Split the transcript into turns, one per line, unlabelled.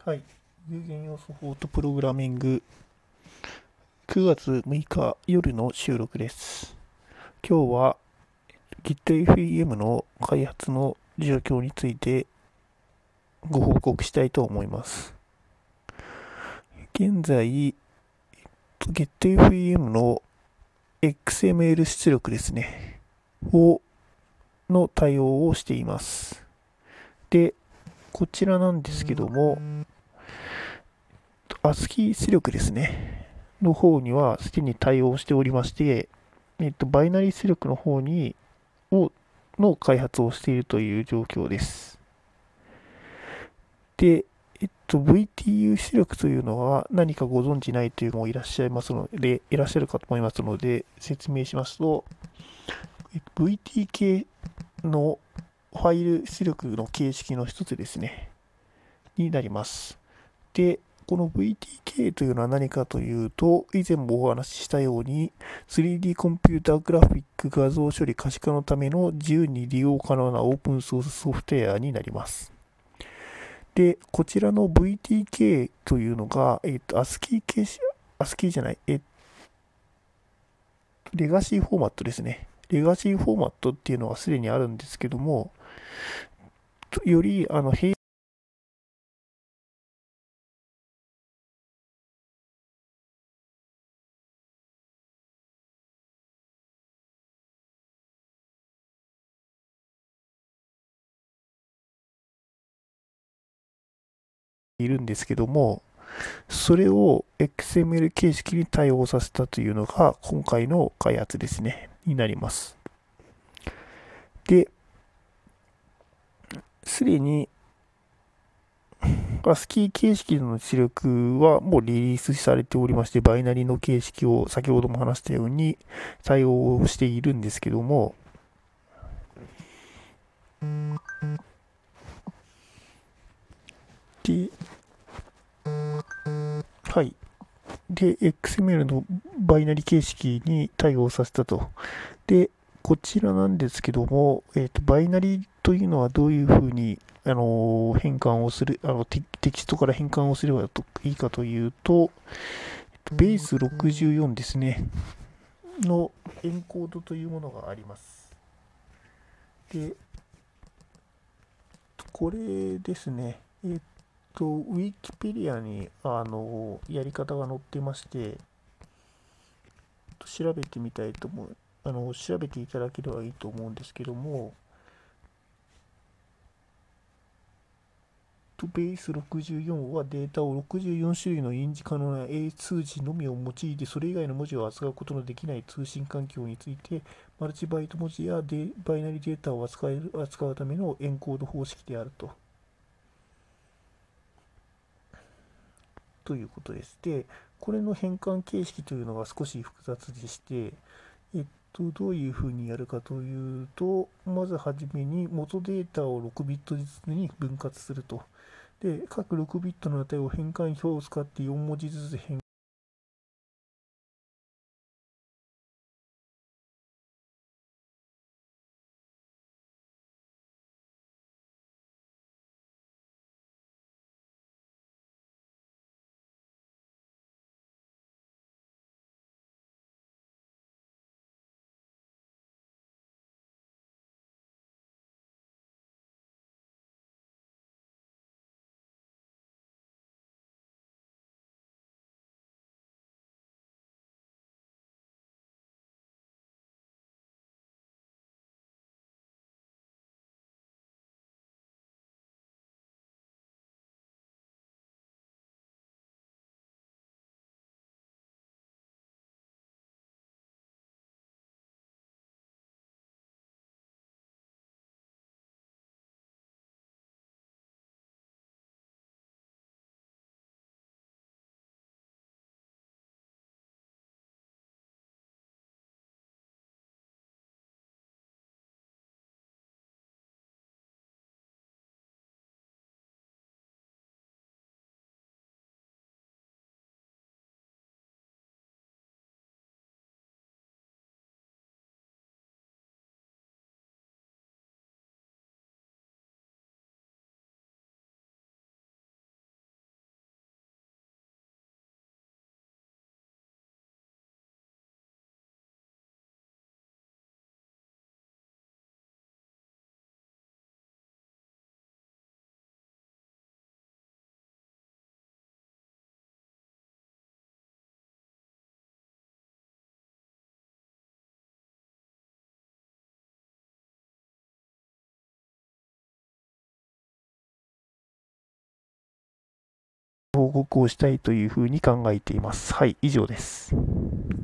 はい。有限要素フォートプログラミング9月6日夜の収録です。今日は GitFM の開発の状況についてご報告したいと思います。現在、GitFM の XML 出力ですね。の対応をしています。で、こちらなんですけども、ASCII 出力ですね。の方にはすでに対応しておりまして、バイナリー出力の方の開発をしているという状況です。で、VTU 出力というのは何かご存知ないというのもいらっしゃいますので、いらっしゃるかと思いますので、説明しますと、VTK のファイル出力の形式の一つですね、になります。で、この VTK というのは何かというと、以前もお話ししたように、3D コンピュータグラフィック画像処理可視化のための自由に利用可能なオープンソースソフトウェアになります。で、こちらの VTK というのが、ASCII 形式、ASCII じゃない、レガシーフォーマットですね。レガシーフォーマットっていうのはすでにあるんですけども、より、いるんですけども、それを XML 形式に対応させたというのが今回の開発ですね、になります。で、すでに ASCII 形式の出力はもうリリースされておりまして、バイナリの形式を先ほども話したように対応しているんですけども、で、はい。で、XML のバイナリ形式に対応させたと。で、こちらなんですけども、バイナリというのはどういうふうに、変換をする、テキストから変換をすればいいかというと、ベース64ですね、のエンコードというものがあります。で、これですね、ウィキペディアに、やり方が載ってまして、調べてみたいと思う。調べていただければいいと思うんですけども、ベース64はデータを64種類の印字可能な英数字のみを用いて、それ以外の文字を扱うことのできない通信環境について、マルチバイト文字やバイナリデータを扱うためのエンコード方式であるということです。で、これの変換形式というのが少し複雑でして、どういうふうにやるかというと、まずはじめに元データを6ビットずつに分割すると。で、各6ビットの値を変換表を使って4文字ずつ変報告をしたいというふうに考えています。はい、以上です。